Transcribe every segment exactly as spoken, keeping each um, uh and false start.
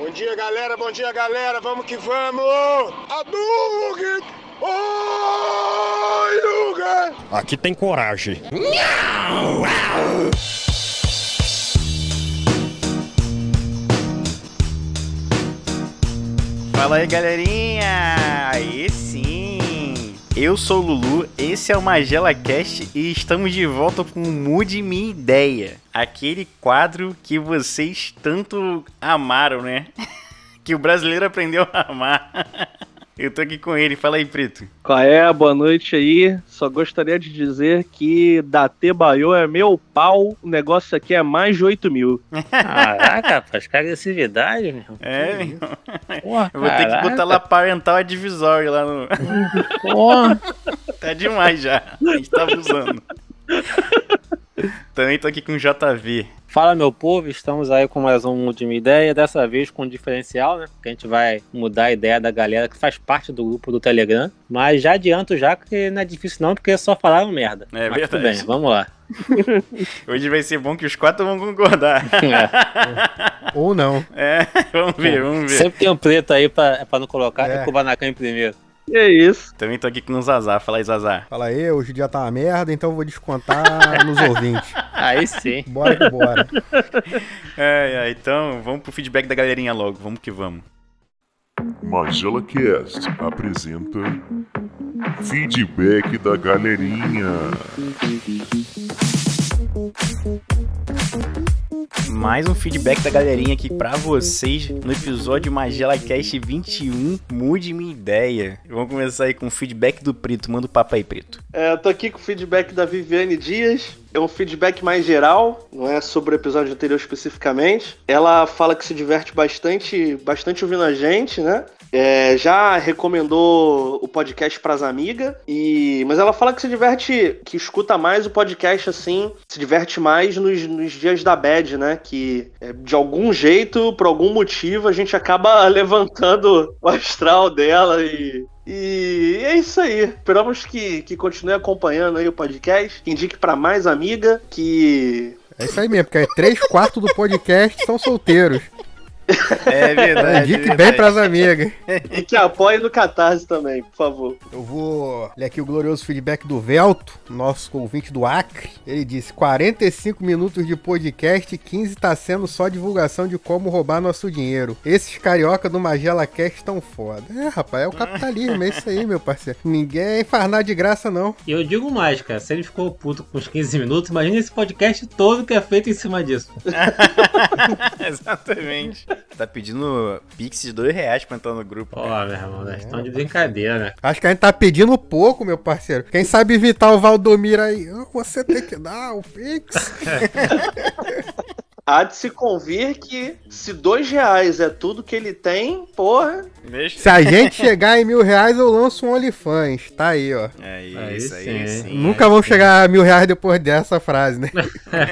Bom dia, galera, bom dia, galera, vamos que vamos! Hadouken! Oi, Luga! Aqui tem coragem. Fala aí, galerinha! Aí sim! Eu sou o Lulu, esse é o MagelaCast e estamos de volta com o Mude Minha Ideia. Aquele quadro que vocês tanto amaram, né? Que o brasileiro aprendeu a amar. Eu tô aqui com ele, fala aí, Preto. Qual é? Boa noite aí. Só gostaria de dizer que da T-Baiô é meu pau, o negócio aqui é mais de oito mil. Caraca, rapaz, que agressividade, meu. É, meu. Porra, Eu vou ter que botar lá parental advisory lá no... Porra. Tá demais já, a gente tá abusando. Também tô aqui com o J V. Fala, meu povo, estamos aí com mais um Mude Minha Ideia, dessa vez com um diferencial, né? Que a gente vai mudar a ideia da galera que faz parte do grupo do Telegram. Mas já adianto já que não é difícil não, porque só falaram merda. É mas verdade. tudo bem, vamos lá. Hoje vai ser bom que os quatro vão concordar. É. Ou não. É, vamos ver, vamos ver. Sempre tem um preto aí pra, pra não colocar, É. é com o Banacan em primeiro. E é isso. Também tô aqui com o Zazá, fala aí, Zazá. Fala aí, hoje o dia tá uma merda, então eu vou descontar nos ouvintes. Aí sim. Bora que bora. É, é, então vamos pro feedback da galerinha logo, vamos que vamos. MagelaCast apresenta Feedback da Galerinha. Mais um feedback da galerinha aqui pra vocês no episódio MagelaCast vinte e um, Mude Minha Ideia. Vamos começar aí com o feedback do Preto, manda o papo aí, Preto. É, eu tô aqui com o feedback da Viviane Dias. É um feedback mais geral, não é sobre o episódio anterior especificamente. Ela fala que se diverte bastante, bastante ouvindo a gente, né? É, já recomendou o podcast pras amigas, e... mas ela fala que se diverte, que escuta mais o podcast assim, se diverte mais nos, nos dias da bad, né? Que é, de algum jeito, por algum motivo, a gente acaba levantando o astral dela e... E é isso aí. Esperamos que, que continue acompanhando aí o podcast, que indique pra mais amiga, que... É isso aí mesmo, porque três quartos do podcast são solteiros. É verdade. Indique bem pras amigas. E que apoie no Catarse também, por favor. Eu vou ler aqui o glorioso feedback do Velto, nosso ouvinte do Acre. Ele disse, quarenta e cinco minutos de podcast, quinze tá sendo só divulgação de como roubar nosso dinheiro. Esses carioca do MagelaCast estão foda. É, rapaz, é o capitalismo, é isso aí, meu parceiro. Ninguém faz nada de graça, não. E eu digo mais, cara, se ele ficou puto com os quinze minutos, imagina esse podcast todo que é feito em cima disso. Exatamente. Tá pedindo pix de dois reais pra entrar no grupo. Pô, meu irmão, nós estamos de brincadeira, né? Acho que a gente tá pedindo pouco, meu parceiro. Quem sabe evitar o Valdomiro aí? "Ah, você tem que dar o Pix." Há de se convir que se dois reais é tudo que ele tem, porra... Deixa. Se a gente chegar em mil reais, eu lanço um OnlyFans. Tá aí, ó. É isso, Aí aí, sim. sim. Nunca vão chegar a mil reais depois dessa frase, né?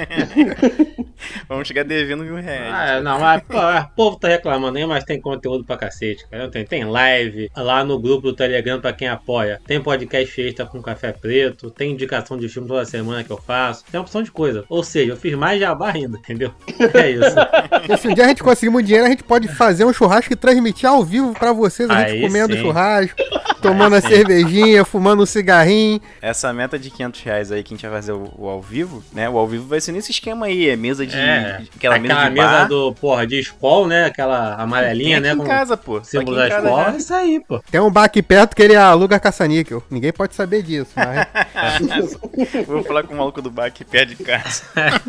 Vamos chegar devendo mil reais. Ah, não, mas pô, o povo tá reclamando aí, mas tem conteúdo pra cacete, cara. Tem, tem live lá no grupo do Telegram pra quem apoia. Tem podcast extra com café preto. Tem indicação de filme toda semana que eu faço. Tem uma opção de coisa. Ou seja, eu fiz mais jabá ainda, entendeu? É isso. E se um dia a gente conseguir muito dinheiro, a gente pode fazer um churrasco e transmitir ao vivo pra vocês. A gente Aí comendo sim. churrasco, tomando a cervejinha, fumando um cigarrinho. Essa meta de quinhentos reais aí que a gente vai fazer o, o ao vivo, né? O ao vivo vai ser nesse esquema aí. É mesa de... É, aquela, aquela mesa de mesa bar. do, porra, de Skol, né? Aquela amarelinha, Tem aqui né? em Com casa, pô. símbolo Tá da aqui em casa Skol. já. É isso aí, pô. Tem um bar aqui perto que ele aluga caça-níquel. Ninguém pode saber disso, mas... Vou falar com o maluco do bar que pede casa.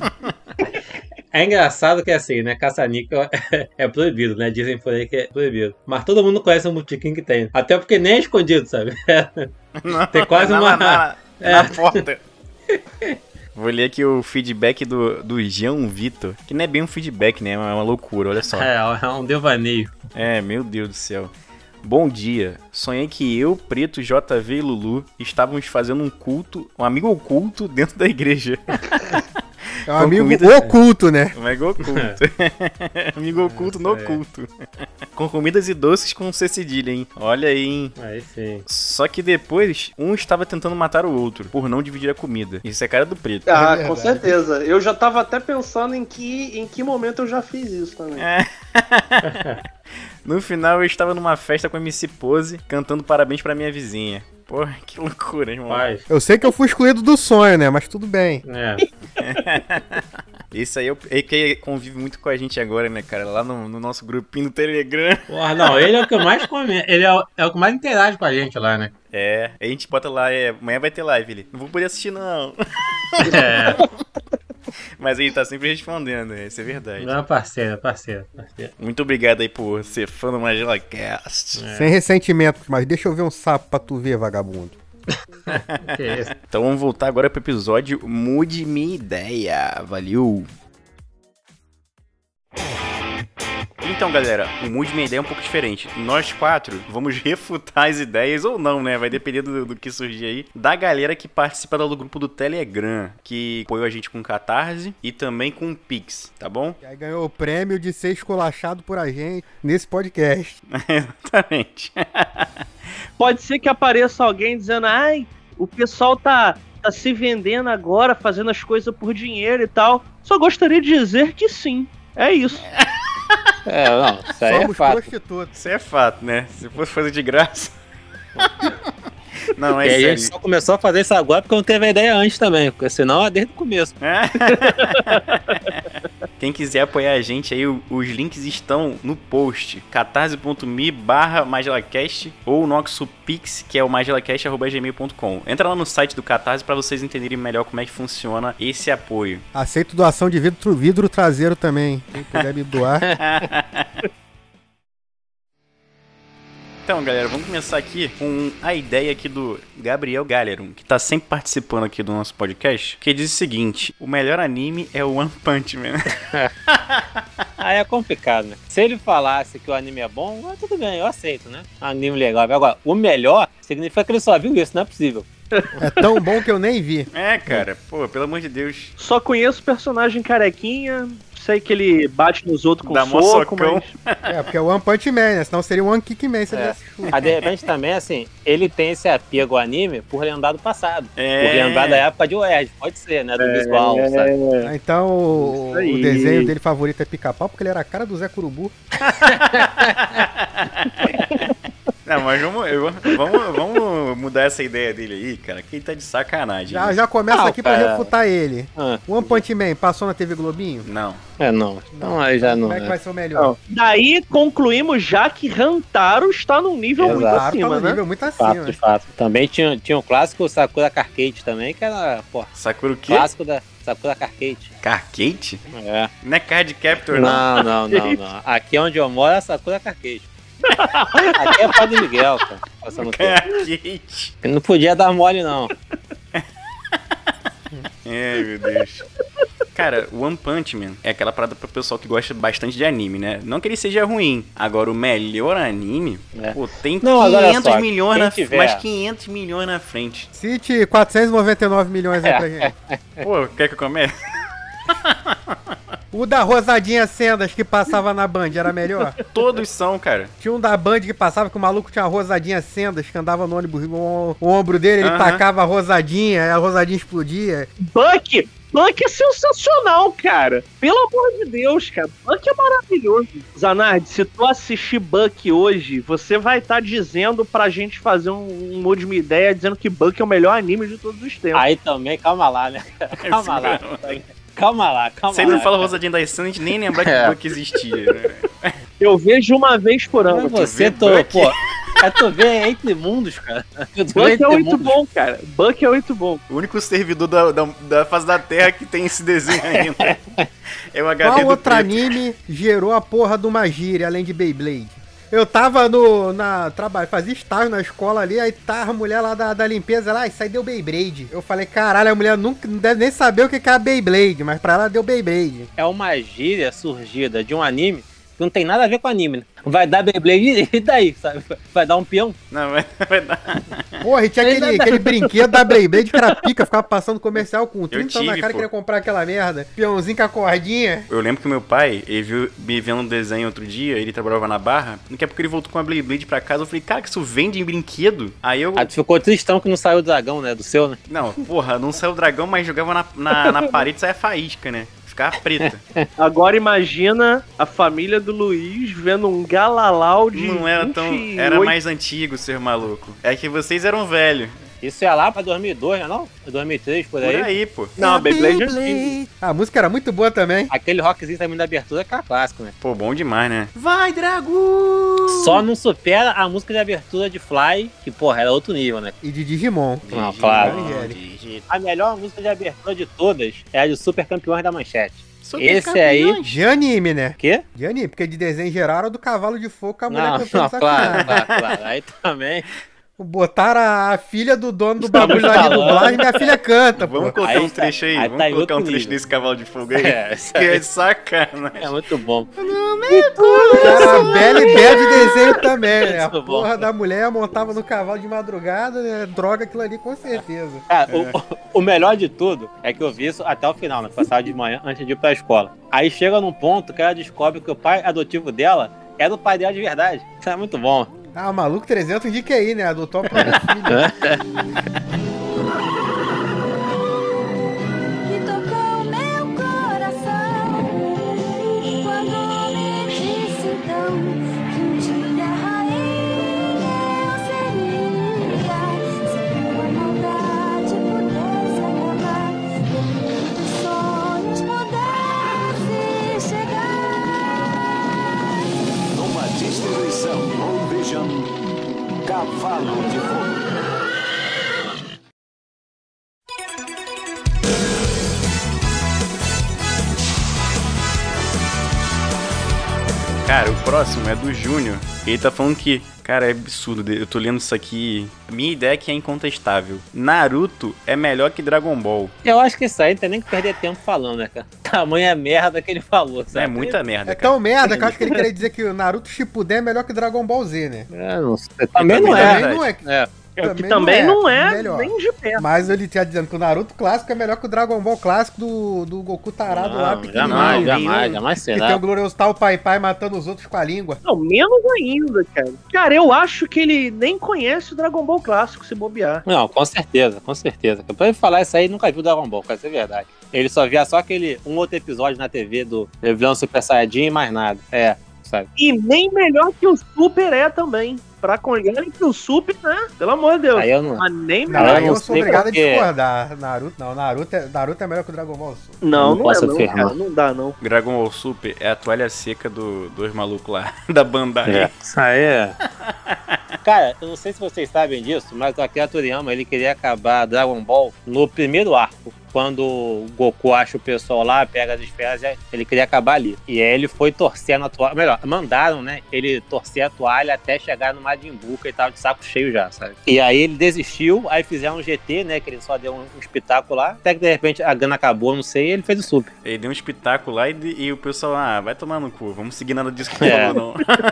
É engraçado que é assim, né? Caça-níquel é, é proibido, né? Dizem por aí que é proibido. Mas todo mundo conhece o botequim que tem. Até porque nem é escondido, sabe? Não, Tem quase na, uma- Na, É. na porta. Vou ler aqui o feedback do, do Jean Vitor. Que não é bem um feedback, né? É uma loucura, olha só. É, é um devaneio. É, meu Deus do céu. Bom dia. Sonhei que eu, Preto, J V e Lulu estávamos fazendo um culto, um amigo oculto dentro da igreja. É um Com amigo comida- oculto, né? Um amigo oculto. Amigo oculto no oculto. Com comidas e doces com C cedilha, hein? Olha aí, hein? Aí sim. Só que depois, um estava tentando matar o outro, por não dividir a comida. Isso é cara do Preto. Ah, verdade. com certeza. Eu já tava até pensando em que, em que momento eu já fiz isso também. É. No final eu estava numa festa com a M C Pose, cantando parabéns pra minha vizinha. Porra, que loucura, irmão. Rapaz, Eu sei que eu fui excluído do sonho, né? Mas tudo bem. é. Esse aí é o é que convive muito com a gente agora, né, cara? Lá no, no nosso grupinho do Telegram. Porra, não, ele é o que mais come. Ele é o, é o que mais interage com a gente lá, né? É, a gente bota lá, é, amanhã vai ter live, ele. Não vou poder assistir, não. É. Mas ele tá sempre respondendo, né? Isso é verdade. Não, parceiro, parceiro, parceiro. Muito obrigado aí por ser fã do MagelaCast. É. Sem ressentimentos, mas deixa eu ver um sapo pra tu ver, vagabundo. Que isso? Então vamos voltar agora pro episódio Mude Minha Ideia. Valeu! Então, galera, o Mude Minha Ideia é um pouco diferente. Nós quatro vamos refutar as ideias, ou não, né? Vai depender do, do que surgir aí. Da galera que participa do grupo do Telegram, que apoiou a gente com Catarse e também com Pix, tá bom? E aí ganhou o prêmio de ser esculachado por a gente nesse podcast. Exatamente. Pode ser que apareça alguém dizendo, ai, o pessoal tá, tá se vendendo agora, fazendo as coisas por dinheiro e tal. Só gostaria de dizer que sim, é isso. É, não, isso aí é Somos fato. prostitutas. Isso é fato, né? Se fosse fazer de graça... Não, é E aí a sério. gente só começou a fazer isso agora porque não teve a ideia antes também, porque senão é desde o começo. Quem quiser apoiar a gente aí, o- os links estão no post. catarse.me barra magelacast ou o nosso Pix, que é o magelacast arroba gmail ponto com. Entra lá no site do Catarse pra vocês entenderem melhor como é que funciona esse apoio. Aceito doação de vidro, vidro traseiro também. Quem puder me doar. Então, galera, vamos começar aqui com a ideia aqui do Gabriel Galeron, que tá sempre participando aqui do nosso podcast, que diz o seguinte: o melhor anime é o One Punch Man. Aí é complicado, né? Se ele falasse que o anime é bom, ah, tudo bem, eu aceito, né? Anime legal. Agora, o melhor significa que ele só viu isso, não é possível. É tão bom que eu nem vi. É, cara, pô, pelo amor de Deus. Só conheço o personagem carequinha, sei que ele bate nos outros com Dá mó soco, socão. mas... É, porque é o One Punch Man, né? Senão seria o One Kick Man se ele É. desse chute. Mas de repente também, assim, ele tem esse apego ao anime por lembrar do passado. É. Por lembrar da época de U E R J, pode ser, né? Do visual, sabe? Ah, Então o, Isso aí. o desenho dele favorito é Pica-Pau, porque ele era a cara do Zé Curubu. Não, mas vamos, eu- vamos, vamos mudar essa ideia dele aí, cara, que ele tá de sacanagem. Já, né? já começa Ah, aqui pra cara. refutar ele. Ah, O One Punch Man passou na T V Globinho? Não. é, não. Então aí já não. Como é que né? vai ser o melhor? Não. Daí concluímos já que Rantaro está num nível Exato. muito Claro, tá acima, no né? nível muito De acima. fato, de fato. Também tinha, tinha o clássico Sakura Carcade também, que era, pô, Sakura o quê? clássico da Sakura Carcade. Carcade? É. Não é Card Captor, não. Não, não, não, não. Aqui onde eu moro é Sakura Carcade. Aqui é Padre Miguel, cara. Passando tempo. Carcade. Não podia dar mole, não. É, meu Deus. Cara, o One Punch Man é aquela parada pro pessoal que gosta bastante de anime, né? Não que ele seja ruim. Agora, o melhor anime, É. pô, tem Não, agora quinhentos só, milhões quem na tiver- mais quinhentos milhões na frente. Cite quatrocentos e noventa e nove milhões aí pra gente. Pô, quer que eu comece? O da Rosadinha Sendas que passava na Band era melhor? Todos são, cara. Tinha um da Band que passava que o maluco tinha a Rosadinha Sendas que andava no ônibus, no o ombro dele, ele Aham. tacava a Rosadinha, aí a Rosadinha explodia. Buck! Buck é sensacional, cara. Pelo amor de Deus, cara. Buck é maravilhoso. Zanardi, se tu assistir Buck hoje, você vai estar dizendo pra gente fazer um, um Mude Minha Ideia dizendo que Buck é o melhor anime de todos os tempos. Aí também, calma lá, né? Calma lá. Calma lá, calma Se ele lá. não fala Rosadinha da Sun, a gente nem lembrar que É. o Buck existia, né? Eu vejo uma vez por ano. Mas você, vê tô, Buck? pô. É tu vê entre mundos, cara. Tu vê Buck entre é muito mundos. bom, cara. Buck é muito bom. O único servidor da, da, da face da Terra que tem esse desenho ainda. É o H D Qual do outro preto. anime gerou a porra de uma gíria, além de Beyblade? Eu tava no. na trabalho, fazia estágio na escola ali, aí tava a mulher lá da, da limpeza lá, isso aí deu Beyblade. Eu falei, caralho, a mulher nunca não deve nem saber o que que é a Beyblade, mas pra ela deu Beyblade. É uma gíria surgida de um anime que não tem nada a ver com anime, né? Vai dar Beyblade e daí, sabe? Vai dar um peão. Não, vai, vai dar. Porra, e tinha aquele, aquele brinquedo da Beyblade que era pica, ficava passando comercial com trinta anos na tive, cara e pô. queria comprar aquela merda. Peãozinho com a cordinha. Eu lembro que meu pai, ele viu me vendo um desenho outro dia, ele trabalhava na Barra, daqui a pouco ele voltou com a Beyblade pra casa, eu falei, cara, que isso vende em brinquedo? Aí eu, Aí tu ficou tristão que não saiu o dragão, né? Do seu, né? não, porra, não saiu o dragão, mas jogava na, na, na parede, saia faísca, né? Ficar preta. Agora imagina a família do Luiz vendo um galalau de Não era tão... vinte e Era oito mais antigo, seu maluco. É que vocês eram velhos. Isso é lá pra dois mil e dois, não é não? dois mil e três, por aí. Por aí, pô. Não, a Beyblade é antiga. A música era muito boa também. Aquele rockzinho também da abertura que é clássico, né? Pô, bom demais, né? Vai, Drago! Só não supera a música de abertura de Fly, que, porra, era outro nível, né? E de Digimon. Não, claro. Angélica. A melhor música de abertura de todas é a de Super Campeões da Manchete. Super Esse aí... De anime, né? Quê? De anime, porque de desenho geral era do Cavalo de Fogo com a mulher Não, cantando não, sacanagem. claro, claro, claro. Aí também... Botaram a filha do dono do Estamos bagulho lá de falando. dublagem e minha filha canta, pô. Vamos colocar Aí um tá- trecho aí. aí Vamos tá em colocar um outro trecho nível. desse cavalo de fogo aí. É, isso que aí. é sacanagem. É muito bom. Era bela ideia de desenho também, né? A Muito bom. porra da mulher montava no cavalo de madrugada, né? Droga aquilo ali com certeza. Cara, o, o melhor de tudo é que eu vi isso até o final, né? Passava de manhã antes de ir pra escola. Aí chega num ponto que ela descobre que o pai adotivo dela era o pai dela de verdade. Isso é muito bom. Ah, o maluco trezentos de Q I, né? Adotou a própria filha. Que tocou meu coração quando me disse então que um dia rainha eu seria. Se tua maldade pudesse acabar, e os sonhos pudessem chegar. Numa distribuição ou Vision, Cavalo de Fogo. Cara, o próximo é do Júnior. Ele tá falando que, cara, é absurdo. Eu tô lendo isso aqui. A minha ideia é que é incontestável. Naruto é melhor que Dragon Ball. Eu acho que isso aí não tem nem que perder tempo falando, né, cara? Tamanha merda que ele falou, sabe? É muita merda, É cara. tão merda que eu acho que ele queria dizer que o Naruto Shippuden é melhor que Dragon Ball Z, né? É, não sei. Também não também é. Também não é. É. É, que também não é, melhor. nem de perto. Mas ele tinha dizendo que o Naruto clássico é melhor que o Dragon Ball clássico do, do Goku tarado lá, Não, pequenininho. jamais, Não, jamais, nenhum. jamais Que tem será. o glorioso tal Pai Pai matando os outros com a língua. Não, menos ainda, cara. Cara, eu acho que ele nem conhece o Dragon Ball clássico, se bobear. Não, com certeza, com certeza. Pra ele falar isso aí, nunca viu Dragon Ball, pra ser verdade. Ele só via só aquele um outro episódio na T V do Vilão Super Saiyajin e mais nada. É, sabe? E nem melhor que o Super é também. Pra olharem que o Super, né? Pelo amor de Deus. Aí eu não. Mas nem Não, eu melhor. aí não eu sou sei obrigado porque- a discordar. Naruto, não, Naruto é, Naruto é melhor que o Dragon Ball Super. Não, Não não, posso é não, afirmar. cara. Não dá, não. Dragon Ball Super é a toalha seca do, dos malucos lá, da Bandai. É. Isso aí é. Cara, eu não sei se vocês sabem disso, mas o Akira Toriyama, ele queria acabar Dragon Ball no primeiro arco. Quando o Goku acha o pessoal lá, pega as esferas, ele queria acabar ali. E aí ele foi torcendo a toalha. Melhor, mandaram, né? Ele torcer a toalha até chegar no Majin Buu, que ele tava de saco cheio já, sabe? E aí ele desistiu, aí fizeram um G T, né? Que ele só deu um, um espetáculo lá. Até que de repente a grana acabou, não sei, e ele fez o Super. Ele deu um espetáculo lá e, e o pessoal, ah, vai tomar no cu, vamos seguir nada disso que É. falou, não.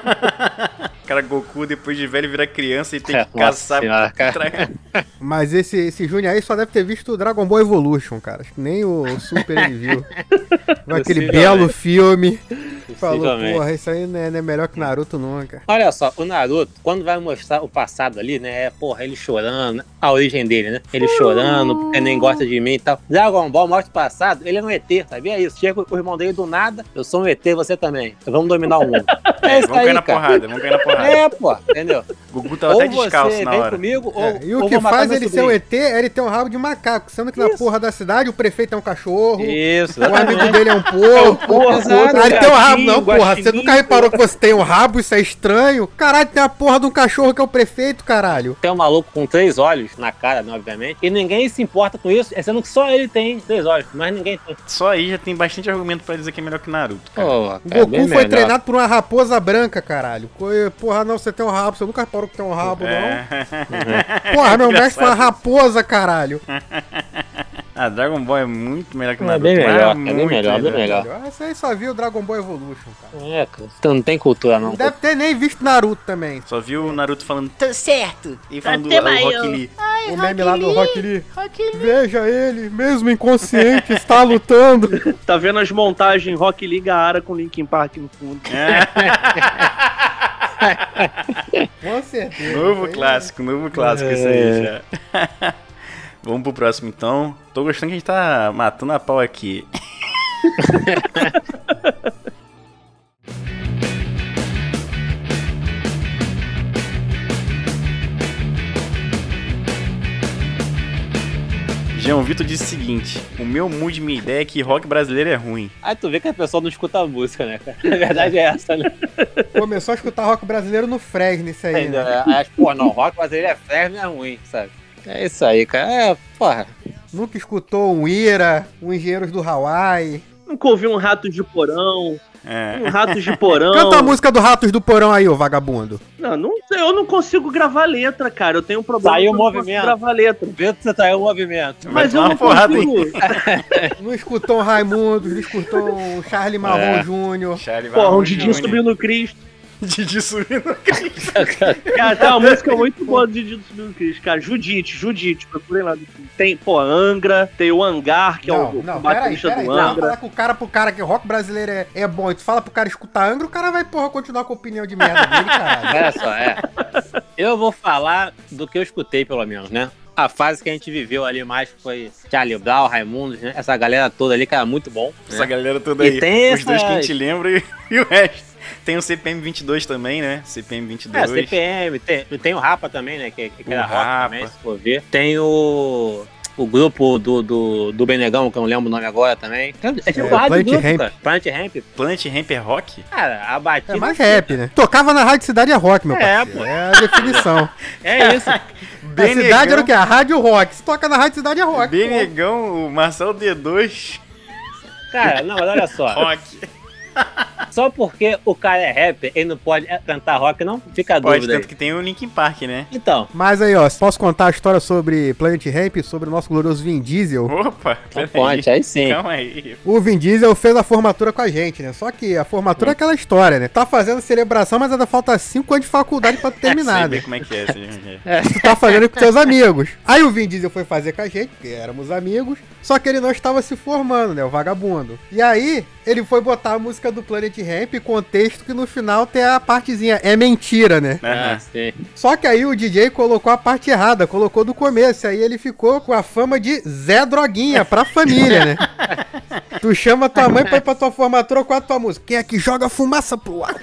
Cara, Goku, depois de velho, vira criança e tem É, que nossa caçar. senhora, cara. Tra- Mas esse, esse Júnior aí só deve ter visto o Dragon Ball Evolution, cara. Acho que nem o Super ele viu. Viu aquele Possivelmente. belo filme. Falou, Possivelmente. porra, isso aí não é, não é melhor que Naruto nunca. Olha só, o Naruto, quando vai mostrar o passado ali, né? É, porra, ele chorando, a origem dele, né? Ele chorando porque nem gosta de mim e tal. Dragon Ball mostra o passado, ele é um E T, sabia isso? Chega o irmão dele do nada, eu sou um E T, você também. Vamos dominar o mundo. É, É, isso vamos aí, cair na cara. porrada, vamos cair na porrada. É, pô, entendeu? Gugu tava Ou até descalço você na vem hora. comigo, ou, É, e ou o que vou matar faz meu ele ser um sobrinho. E T é ele ter um rabo de macaco. Sendo que na Isso. porra da cidade o prefeito é um cachorro. Isso, O amigo exatamente. dele é um porco. Porra, Exato. outro Ah, ele tem um rabo, gatinho, não, porra. Você guaxinim, nunca reparou que você tem um rabo? Isso é estranho. Caralho, tem a porra de um cachorro que é o prefeito, caralho. Tem um maluco com três olhos na cara, né, obviamente, e ninguém se importa com isso, é sendo que só ele tem três olhos, mas ninguém tem. Só aí já tem bastante argumento pra dizer que é melhor que Naruto, cara. Pô, O cara, Goku bem foi melhor. treinado por uma raposa branca, caralho. Co- Porra, não, você tem um rabo. Você nunca reparou que tem um rabo, não? É. Porra, meu mestre foi uma Engraçado. raposa, caralho. Ah, Dragon Ball é muito melhor que É Naruto. bem mas melhor, é muito bem melhor, bem melhor. Essa aí só viu o Dragon Ball Evolution, cara. É, cara, então não tem cultura não. Não deve ter nem visto Naruto também. Só viu o Naruto falando, tô certo. E falando do Até do mais, Rock eu. Lee. O meme lá do Rock Lee. Veja ele, mesmo inconsciente, está lutando. Tá vendo as montagens Rock Lee Gaara com Linkin Park no fundo. Com certeza. Novo Isso aí clássico, novo clássico isso aí já. Vamos pro próximo então. Tô gostando que a gente tá matando a pau aqui. João Vitor disse o seguinte: o meu mood, minha ideia é que rock brasileiro é ruim. Aí tu vê que a pessoa não escuta a música, né, cara? A verdade é essa, né? Começou a escutar rock brasileiro no Fresno, isso aí, Ainda, né? é, aí, pô, não, rock brasileiro é ferro, é ruim, sabe? É isso aí, cara. É, porra. Nunca escutou um Ira, um Engenheiros do Hawaii. Nunca ouvi um Ratos de Porão. É. Um Ratos de Porão. Canta a música do Ratos do Porão aí, ô vagabundo. Não, não sei, eu não consigo gravar letra, cara. Eu tenho um problema. Saiu que o eu não consigo movimento. gravar letra. Vê que você tá o movimento. Mas eu tomar não uma porrada consigo. Não escutou um Raimundo, não escutou um Charlie Marrom É. Júnior Charlie Porra, Marrom um Didi Júnior. subindo no Cristo. Didi subindo. Cara, tem uma música muito boa do Didi subindo no Cristo, cara. Judite, Judite, procurem lá. Tem, pô, Angra, tem o Hangar, que é Não, o, não, o peraí, baterista peraí. do Tu vai Angra. falar com o cara pro cara que rock brasileiro é, é bom e tu fala pro cara escutar Angra, o cara vai, porra, continuar com a opinião de merda dele, cara. Olha só, é. Eu vou falar do que eu escutei, pelo menos, né? A fase que a gente viveu ali mais foi Charlie Brown, Raimundos, né? Essa galera toda ali, cara, muito bom. Essa galera toda E aí. tem Os dois que a essas- gente lembra e, e o resto. Tem o C P M vinte e dois também, né? C P M vinte e dois. É, C P M, tem, tem o Rapa também, né? Que, que O era rock Rapa. também, se for ver. Tem o. O grupo do, do, do Benegão, que eu não lembro o nome agora também. É tipo É, rádio Planet grupo, Ramp. cara. Planet Ramp. Planet Ramp é rock? Cara, a batida. É mais rap, né? Tocava na Rádio Cidade é Rock, meu É, parceiro. pô. É a definição. É isso. A cidade era o quê? A Rádio Rock. Se toca na Rádio Cidade é Rock. pô. Benegão, o Marcelo D dois, Cara, não, mas olha só. rock. Só porque o cara é rapper, ele não pode cantar rock, não? Fica a Pode, dúvida aí. tanto que tem o Linkin Park, né? Então, Mas aí, ó, posso contar a história sobre Planet Ramp, sobre o nosso glorioso Vin Diesel? Opa, então peraí. conte, aí sim. Calma aí. O Vin Diesel fez a formatura com a gente, né? Só que a formatura é aquela história, né? Tá fazendo celebração, mas ainda falta cinco anos de faculdade pra tu terminar, Sei né? bem como é que é. Sei. Tu tá fazendo com seus amigos. Aí o Vin Diesel foi fazer com a gente, porque éramos amigos, só que ele não estava se formando, né? O vagabundo. E aí, ele foi botar a música do Planet Ramp, contexto que no final tem a partezinha, é mentira, né? Ah, Aham. sim. Só que aí o D J colocou a parte errada, colocou do começo, aí ele ficou com a fama de Zé Droguinha pra família, né? Tu chama tua mãe pra ir pra tua formatura com a tua música. Quem é que joga fumaça pro ar?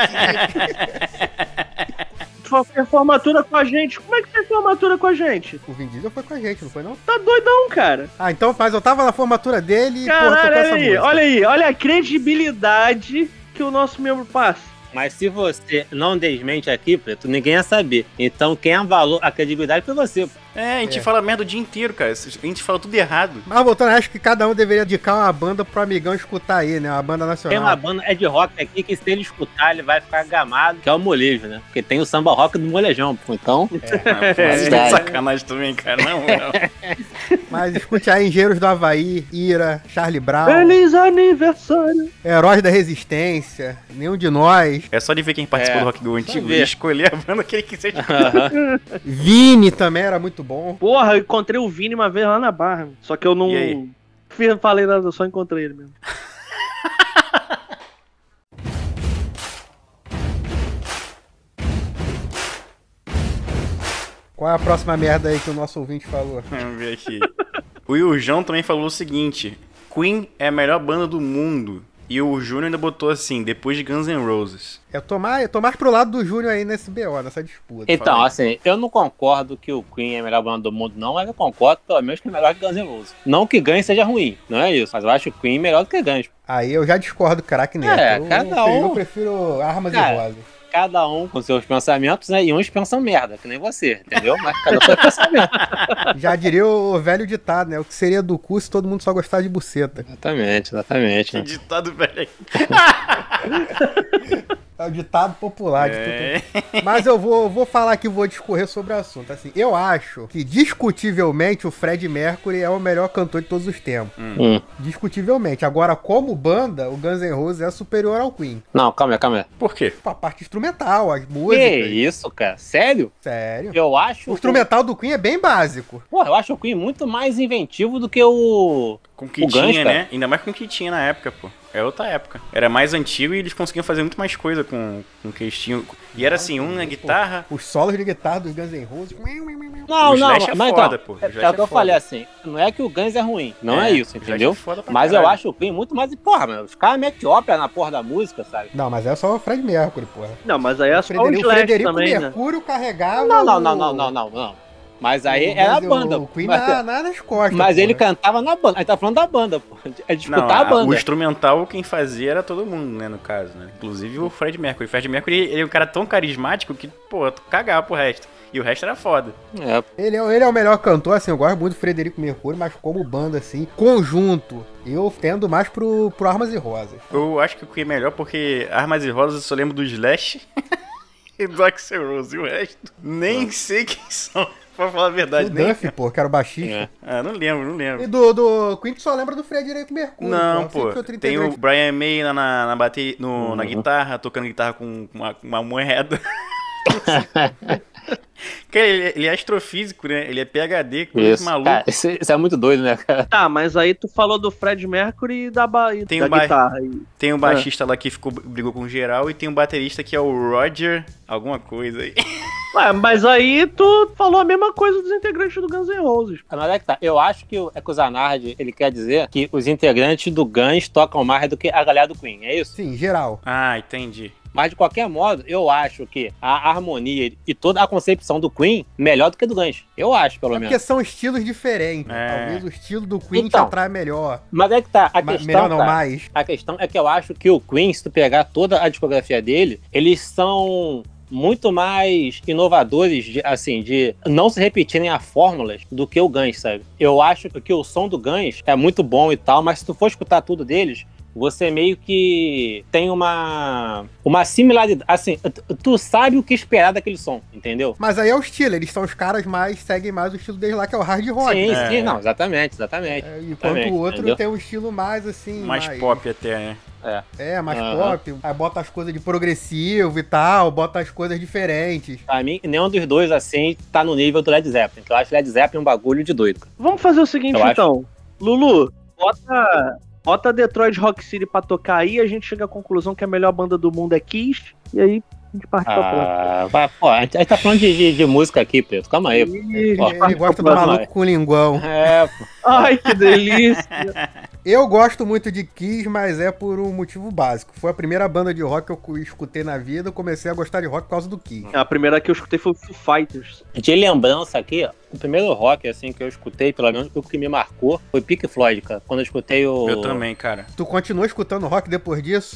Tu vai fazer formatura com a gente. Como é que fez formatura com a gente? O Vin Diesel foi com a gente, não foi não? Tá doidão, cara. Ah, então faz, eu tava na formatura dele e porra, Caralho, tocou essa olha aí, música. olha aí, olha a credibilidade que o nosso membro passa. Mas se você não desmente aqui, Preto, ninguém ia saber. Então quem avalou a credibilidade foi você. pô. É, a gente É. fala merda o dia inteiro, cara. A gente fala tudo errado. Mas voltando, acho que cada um deveria indicar uma banda pro amigão escutar aí, né? Uma banda nacional. Tem uma banda é de rock aqui que se ele escutar, ele vai ficar gamado, que é o molejo, né? Porque tem o samba rock do molejão, pô. Então, Vocês estão de verdade. sacanagem também, cara. Não, não. Mas escute aí Engenheiros do Havaí, Ira, Charlie Brown, Feliz aniversário. Heróis da Resistência, Nenhum de Nós, É só de ver quem participou É, do Rock Go antigo ver. e escolher a banda que ele quiser. Vini também era muito bom. Porra, eu encontrei o Vini uma vez lá na Barra. Só que eu não E aí? fiz- falei nada, eu só encontrei ele mesmo. Qual é a próxima merda aí que o nosso ouvinte falou? Vamos ver aqui. O Yujão também falou o seguinte: Queen é a melhor banda do mundo. E o Júnior ainda botou assim, depois de Guns N' Roses. Eu tô mais, eu tô mais pro lado do Júnior aí nesse B O, nessa disputa. então, Fala aí. assim, eu não concordo que o Queen é a melhor banda do mundo, não, mas eu concordo pelo menos que é melhor que Guns N' Roses. Não que Guns seja ruim, não é isso, mas eu acho o Queen melhor do que Guns. Aí eu já discordo do craque Neto. É, eu, cada um- Eu prefiro armas Cara, e rosas. Cada um com seus pensamentos, né? E uns pensam merda, que nem você, entendeu? Mas cada um com seu pensamento. Já diria o velho ditado, né? O que seria do cu se todo mundo só gostasse de buceta. Exatamente, exatamente. Que né? ditado velho aí. É o ditado popular de É. tudo. Mas eu vou, vou falar aqui, vou discorrer sobre o assunto. Assim, eu acho que discutivelmente o Fred Mercury é o melhor cantor de todos os tempos. Hum. Discutivelmente. Agora, como banda, o Guns N' Roses é superior ao Queen. Não, calma aí, calma aí. Por quê? Tipo, a parte instrumental, as Que músicas. isso, cara? Sério? Sério. Eu acho. O instrumental do Queen é bem básico. Porra, eu acho o Queen muito mais inventivo do que o. Com o que O Guns, tinha, cara. né? Ainda mais com o que tinha na época, pô. É outra época. Era mais antigo e eles conseguiam fazer muito mais coisa com, com o que eles tinham. E era assim, um na guitarra. Os solos de guitarra dos Guns N' Roses. Não, o não, Slash é mas foda, então, pô. O é, Slash é o que eu foda. falei assim, não é que o Guns é ruim, não é, É, isso, o Slash entendeu? é foda pra Mas eu caralho. acho o Queen muito mais, porra, meu, os caras metem ópera na porra da música, sabe? Não, mas é só o Fred Mercury, porra. Não, mas aí é O só o Frederico, o Slash Frederico também, né? Mercúrio carregava Não, não, o- não, não, não, não, não. Mas aí o era a Guns- banda. O Queen mas na, na- nas costas, mas ele porra. cantava na banda, a gente tá falando da banda, pô. É de Não, escutar a banda. o instrumental quem fazia era todo mundo, né, no caso, né? Inclusive o Fred Mercury. O Fred Mercury, ele é um cara tão carismático que, pô, tu cagava pro resto. E o resto era foda. É, Ele é, ele é o melhor cantor, assim, eu gosto muito do Frederico Mercúrio, mas como banda, assim, conjunto, eu tendo mais pro, pro Armas e Rosas. Eu acho que o Queen é melhor porque Armas e Rosas eu só lembro do Slash e do Axl Rose. E o resto, nem sei quem são. Pra falar a verdade, O nem... Duff, pô, que era o baixista. É. Ah, não lembro, não lembro. E do, do Queen, tu só lembra do Frederico Mercúrio. Não, Sempre pô. foi o trinta e Tem dois. o Brian May na, na, na, bate... no, Uhum. na guitarra, tocando guitarra com uma, uma moeda. Cara, ele, ele é astrofísico, né? Ele é P H D, coisa isso. maluco. Cara, isso, isso é muito doido, né, cara? Tá, mas aí tu falou do Fred Mercury e da, ba... e Tem da o ba- guitarra. E... Tem um baixista lá que ficou, brigou com o geral e tem um baterista que é o Roger, alguma coisa aí. Ué, mas aí tu falou a mesma coisa dos integrantes do Guns N' Roses. Mas é que tá. Eu acho que o, é que o Zanardi, ele quer dizer que os integrantes do Guns tocam mais do que a galera do Queen, é isso? Sim, geral. Ah, entendi. Mas de qualquer modo, eu acho que a harmonia e toda a concepção do Queen melhor do que do Guns. Eu acho, pelo É menos. porque são estilos diferentes. É. Talvez o estilo do Queen Então. te atrai melhor. Mas é que tá. A Ma- questão, melhor não cara, mais. A questão é que eu acho que o Queen, se tu pegar toda a discografia dele, eles são muito mais inovadores, de, assim, de não se repetirem a fórmulas do que o Guns, sabe? Eu acho que o som do Guns é muito bom e tal, mas se tu for escutar tudo deles, você meio que tem uma uma similaridade, assim, tu- tu sabe o que esperar daquele som, entendeu? Mas aí é o estilo, eles são os caras mais, seguem mais o estilo deles lá, que é o hard rock. Sim, né? sim, não, exatamente, exatamente. É, enquanto Exatamente, o outro entendeu? tem um estilo mais assim. Mais pop até, né? É, mais Aham. pop. Aí bota as coisas de progressivo e tal, bota as coisas diferentes. Pra mim, nenhum dos dois, assim, tá no nível do Led Zeppelin, que eu acho Led Zeppelin um bagulho de doido. cara. Vamos fazer o seguinte, Eu acho. então. Lulu, bota, bota Detroit Rock City pra tocar aí, a gente chega à conclusão que a melhor banda do mundo é Kiss, e aí a gente parte pra próxima. Ah, vai, pô, a gente a gente tá falando de, de, de música aqui, Pedro. Calma aí. pô. Ih, a Ele, gente parte ele gosta do pra próxima. maluco com linguão. É, pô. Ai, que delícia. Eu gosto muito de Kiss, mas é por um motivo básico. Foi a primeira banda de rock que eu escutei na vida. Eu comecei a gostar de rock por causa do Kiss. A primeira que eu escutei foi o Foo Fighters. De lembrança aqui, ó, o primeiro rock, assim, que eu escutei, pelo menos o que me marcou, foi Pink Floyd, cara. Quando eu escutei o... Eu também, cara. Tu continua escutando rock depois disso?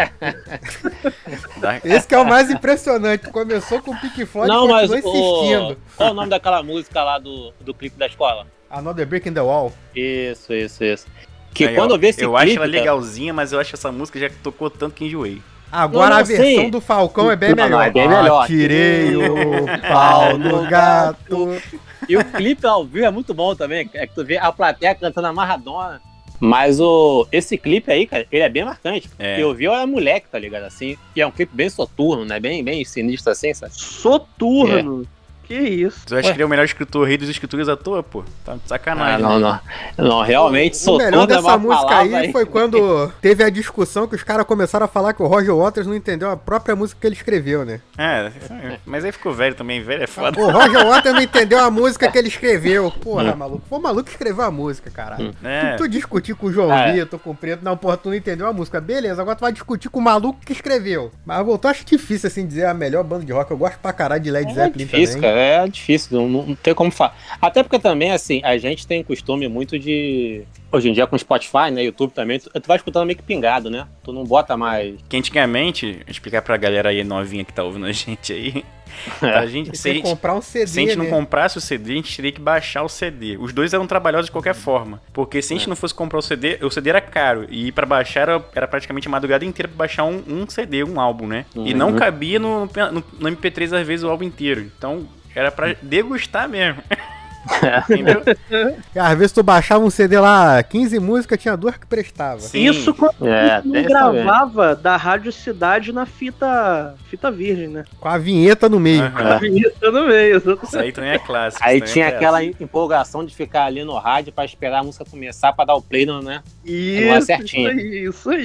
Dá- Esse que é o mais impressionante. Começou com o Pink Floyd Não, e mas continua o... insistindo. Qual é o nome daquela música lá do, do clipe da escola? Another Brick in the Wall. Isso, isso, isso. Que Aí, quando ó, eu vi esse Eu clipe... acho ela cara, legalzinha, mas eu acho que essa música já tocou tanto que enjoei. Agora Não, não, a versão sim. do Falcão é bem Não, não, melhor. é bem melhor. Tirei o pau no gato. E o clipe ao vivo é muito bom também. É que tu vê a plateia cantando a Maradona. Mas o, esse clipe aí, cara, ele é bem marcante. É. Eu vi, eu era moleque, tá ligado? Assim, e é um clipe bem soturno, né? Bem, bem sinistro assim, sabe? Soturno. Que isso. Tu acha que ele é o melhor escritor, rei dos escritores à toa, pô? Tá de Ah, sacanagem. não, não. Não, realmente, O soturno melhor é dessa uma música palavra aí foi quando teve a discussão que os caras começaram a falar que o Roger Waters não entendeu a própria música que ele escreveu, né? É, mas aí ficou velho também, velho é foda. O Roger Waters não entendeu a música que ele escreveu. Porra, Hum. maluco. Foi o maluco que escreveu a música, caralho. É. Tu, tu discutir com o João É. Vitor, com o Preto, não, porra, tu não entendeu a música. Beleza, agora tu vai discutir com o maluco que escreveu. Mas voltou, acho difícil, assim, dizer a melhor banda de rock. Eu gosto pra caralho de Led É Zeppelin difícil, também. cara, é difícil, não, não tem como falar. Até porque também, assim, a gente tem costume muito de... Hoje em dia com Spotify, né, YouTube também, tu, tu vai escutando meio que pingado, né? Tu não bota mais... Que antigamente, explicar pra galera aí novinha que tá ouvindo a gente aí, a gente, se, Você a tem que gente, comprar um C D, se a gente não né? comprasse o C D, a gente teria que baixar o C D. Os dois eram trabalhosos de qualquer forma. Porque se a gente não fosse comprar o C D, o C D era caro. E pra baixar era, era praticamente a madrugada inteira pra baixar um, um C D, um álbum, né? E não Uhum. cabia no, no, no M P três às vezes o álbum inteiro. Então era pra degustar mesmo. Entendeu? E às vezes tu baixava um C D lá, quinze músicas, tinha duas que prestava. Sim. Isso quando É, a gente tem não essa mesmo. gravava da Rádio Cidade na fita, fita virgem, né? Com a vinheta no meio. Aham. Isso no meio. Isso aí também é clássico. Aí isso também tinha é aquela clássico. empolgação de ficar ali no rádio pra esperar a música começar pra dar o play, não, né? Isso, certinho. isso aí, isso aí.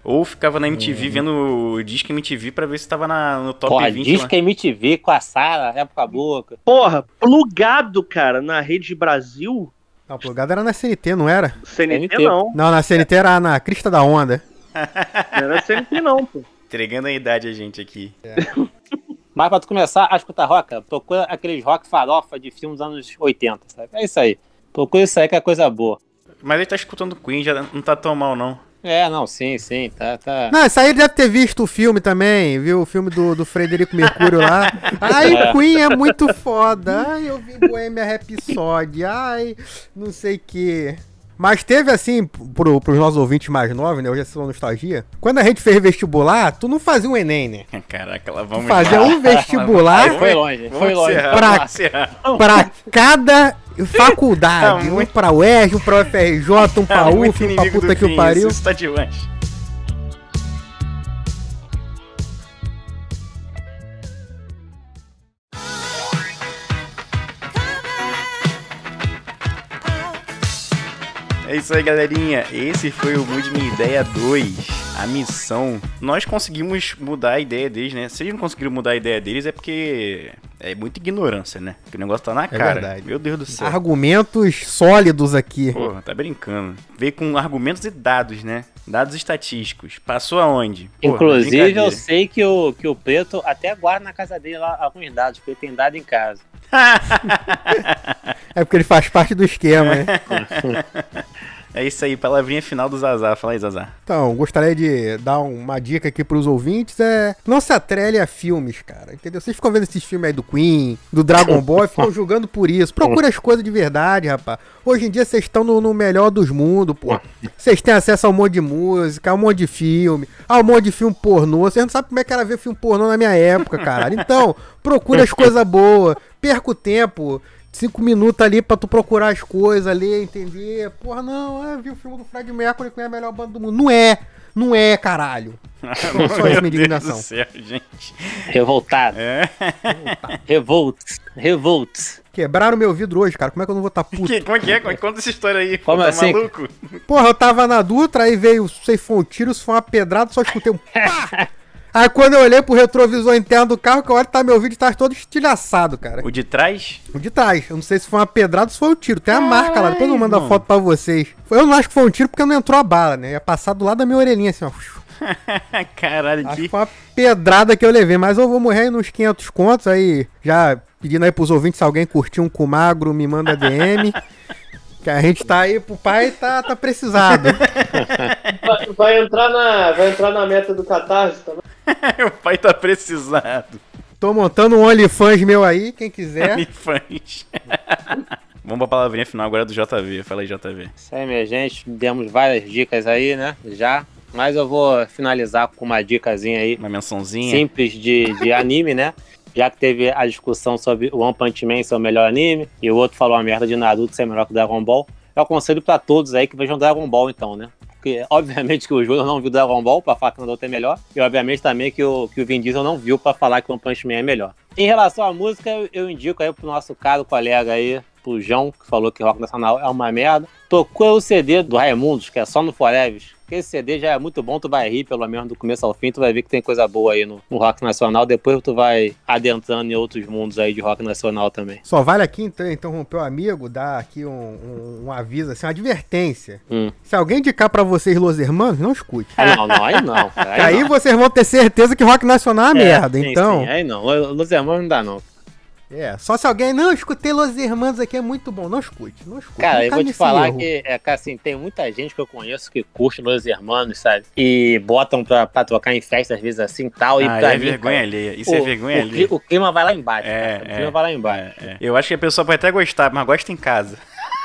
Ou ficava na M T V vendo o Disque M T V pra ver se tava na, no top Porra, vinte lá. Disque M T V com a Sara, época a boca. Porra, plugado, cara, na Rede Brasil. Não, o plugado era na C N T, não era? C N T C N T. não. Não, na C N T era na crista da onda. Não era C N T não, pô. Entregando a idade a gente aqui. Mas pra tu começar a escutar rock, cara, procura aqueles rock farofa de filmes dos anos oitenta, sabe? É isso aí. Procura isso aí que é coisa boa. Mas ele tá escutando Queen, já não tá tão mal, não. É, não, sim, sim, tá, tá. Não, isso aí ele deve ter visto o filme também, viu? O filme do, do Frederico Mercúrio lá. Ai, É. Queen é muito foda. Ai, eu vi Bohemian Rhapsody. Ai, não sei o que. Mas teve assim, pro, pros nossos ouvintes mais novos, né? Hoje é só nostalgia. Quando a gente fez vestibular, tu não fazia um Enem, né? Caraca, lá vamos Tu fazia lá. um vestibular Aí foi longe, Vamos foi longe. encerrar, Pra- vamos encerrar. pra cada faculdade. Tá Um muito- pra U E R J, um pra U F R J, um pra Tá muito U F, um pra inimigo puta do que o fim, pariu. Isso tá de lanche. É isso aí, galerinha. Esse foi o Mude Minha Ideia dois. A missão. Nós conseguimos mudar a ideia deles, né? Se eles não conseguiram mudar a ideia deles é porque é muita ignorância, né? Porque o negócio tá na cara. verdade. Meu Deus do céu. Argumentos sólidos aqui. Porra, tá brincando. Veio com argumentos e dados, né? Dados estatísticos. Passou aonde? Porra, Inclusive, eu brincadeira. sei que o, que o Preto até guarda na casa dele lá alguns dados, porque ele tem dado em casa. É porque ele faz parte do esquema, né? É isso aí, palavrinha final do Zazá. Fala aí, Zazá. Então, gostaria de dar uma dica aqui pros ouvintes, é não se atrele a filmes, cara, entendeu? Vocês ficam vendo esses filmes aí do Queen, do Dragon Ball e ficam julgando por isso. Procura as coisas de verdade, rapaz. Hoje em dia vocês estão no, no melhor dos mundos, pô. Vocês têm acesso a um monte de música, a um monte de filme, a um monte de filme pornô. Vocês não sabem como é que era ver filme pornô na minha época, caralho. Então, procura as coisas boas, perca o tempo. Cinco minutos ali pra tu procurar as coisas ali, entender. Porra, não, é, vi o filme do Fred Mercury que é a melhor banda do mundo. Não é, não é, caralho. Só, só essa minha indignação. Deus do céu, gente. Revoltado. É. Revolt. Revolt. Quebraram meu vidro hoje, cara. Como é que eu não vou estar puto? Que, como é que é? Conta essa história aí. Como tá assim? maluco? Porra, eu tava na Dutra, aí veio, sei, foi um tiro, se foi uma pedrada, só escutei um pá! Aí quando eu olhei pro retrovisor interno do carro, que eu olho tá meu vídeo tá todo estilhaçado, cara. O de trás? O de trás. Eu não sei se foi uma pedrada ou se foi um tiro. Tem a marca lá, depois eu mando a irmão. foto pra vocês. Eu não acho que foi um tiro porque não entrou a bala, né? Ia passar do lado da minha orelhinha assim, ó. Caralho, Acho que... que foi uma pedrada que eu levei, mas eu vou morrer aí nos quinhentos contos, aí já pedindo aí pros ouvintes, se alguém curtir um Kumagro, me manda D M. Que a gente tá aí, pro pai tá, tá precisado. Vai, vai entrar na, vai entrar na meta do Catarse também. o pai tá precisado. Tô montando um OnlyFans meu aí, quem quiser. Fãs. Vamos pra palavrinha final agora do J V. Fala aí, J V. Isso aí, minha gente. Demos várias dicas aí, né? Já. Mas eu vou finalizar com uma dicasinha aí. Uma mençãozinha. Simples de, de anime, né? Já que teve a discussão sobre o One Punch Man ser o melhor anime, e o outro falou uma merda de Naruto ser melhor que Dragon Ball, eu aconselho pra todos aí que vejam Dragon Ball, então, né? Porque, obviamente, que o Júnior não viu Dragon Ball pra falar que o Naruto é melhor, e, obviamente, também que o, que o Vin Diesel não viu pra falar que o One Punch Man é melhor. Em relação à música, eu, eu indico aí pro nosso caro colega aí, pro João, que falou que rock nacional é uma merda. Procura o C D do Raimundos, que é só no Forever. Porque esse C D já é muito bom, tu vai rir pelo menos do começo ao fim, tu vai ver que tem coisa boa aí no, no rock nacional, depois tu vai adentrando em outros mundos aí de rock nacional também. Só vale aqui, então, interromper o amigo, dar aqui um, um, um aviso, assim, uma advertência. Hum. Se alguém indicar pra vocês Los Hermanos, não escute. Ah, não, não, aí não. Cara, aí Aí não. vocês vão ter certeza que rock nacional é uma É, merda, sim, então... sim, aí não, Los Hermanos não dá não. É, só se alguém, não, eu escutei Los Hermanos aqui, é muito bom, não escute, não escute. Cara, não eu cai vou te nesse falar erro. que, é, cara, assim, tem muita gente que eu conheço que curte Los Hermanos, sabe? E botam pra, pra tocar em festa, às vezes assim e tal. E Ah, pra é mim, vergonha cara, alheia. Isso o, é vergonha o, alheia. cli- o clima vai lá embaixo. É, cara. O é, clima vai lá embaixo. É, é. Eu acho que a pessoa pode até gostar, mas gosta em casa.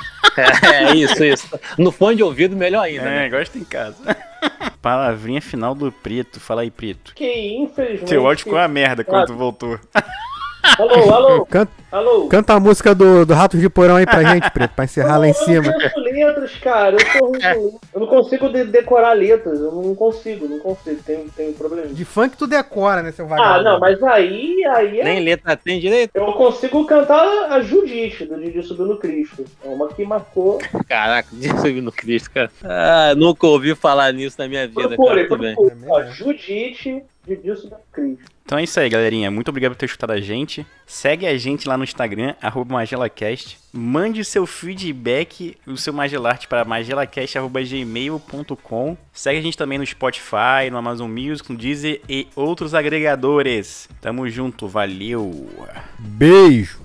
É, é isso, isso. No fone de ouvido, melhor ainda, É, né? gosta em casa. Palavrinha final do Preto. Fala aí, Preto. Que infelizmente. Teu áudio ficou uma merda quando tu voltou. Alô, alô, Canta, alô. canta a música do, do Ratos de Porão aí pra gente, Preto, pra encerrar lá em cima. Eu não conheço letras, cara. Eu sou ruim com letras. Eu não consigo de- decorar letras. Eu não consigo, não consigo. Tenho, tenho problema. De funk tu decora, né, seu Ah, vagabundo? não, mas aí, aí é... Nem letra tem direito. Eu consigo cantar a Judite, do Didi Subiu no Cristo. É uma que marcou. Caraca, Jesus no Cristo, cara. Ah, nunca ouvi falar nisso na minha vida, Procure, cara. Tudo bem. procure. Ó, Judite, Didi Subiu no Cristo. Então é isso aí, galerinha. Muito obrigado por ter escutado a gente. Segue a gente lá no Instagram, arroba magelacast. Mande seu feedback, o seu Magelarte para magelacast arroba gmail ponto com. Segue a gente também no Spotify, no Amazon Music, no Deezer e outros agregadores. Tamo junto, valeu! Beijo!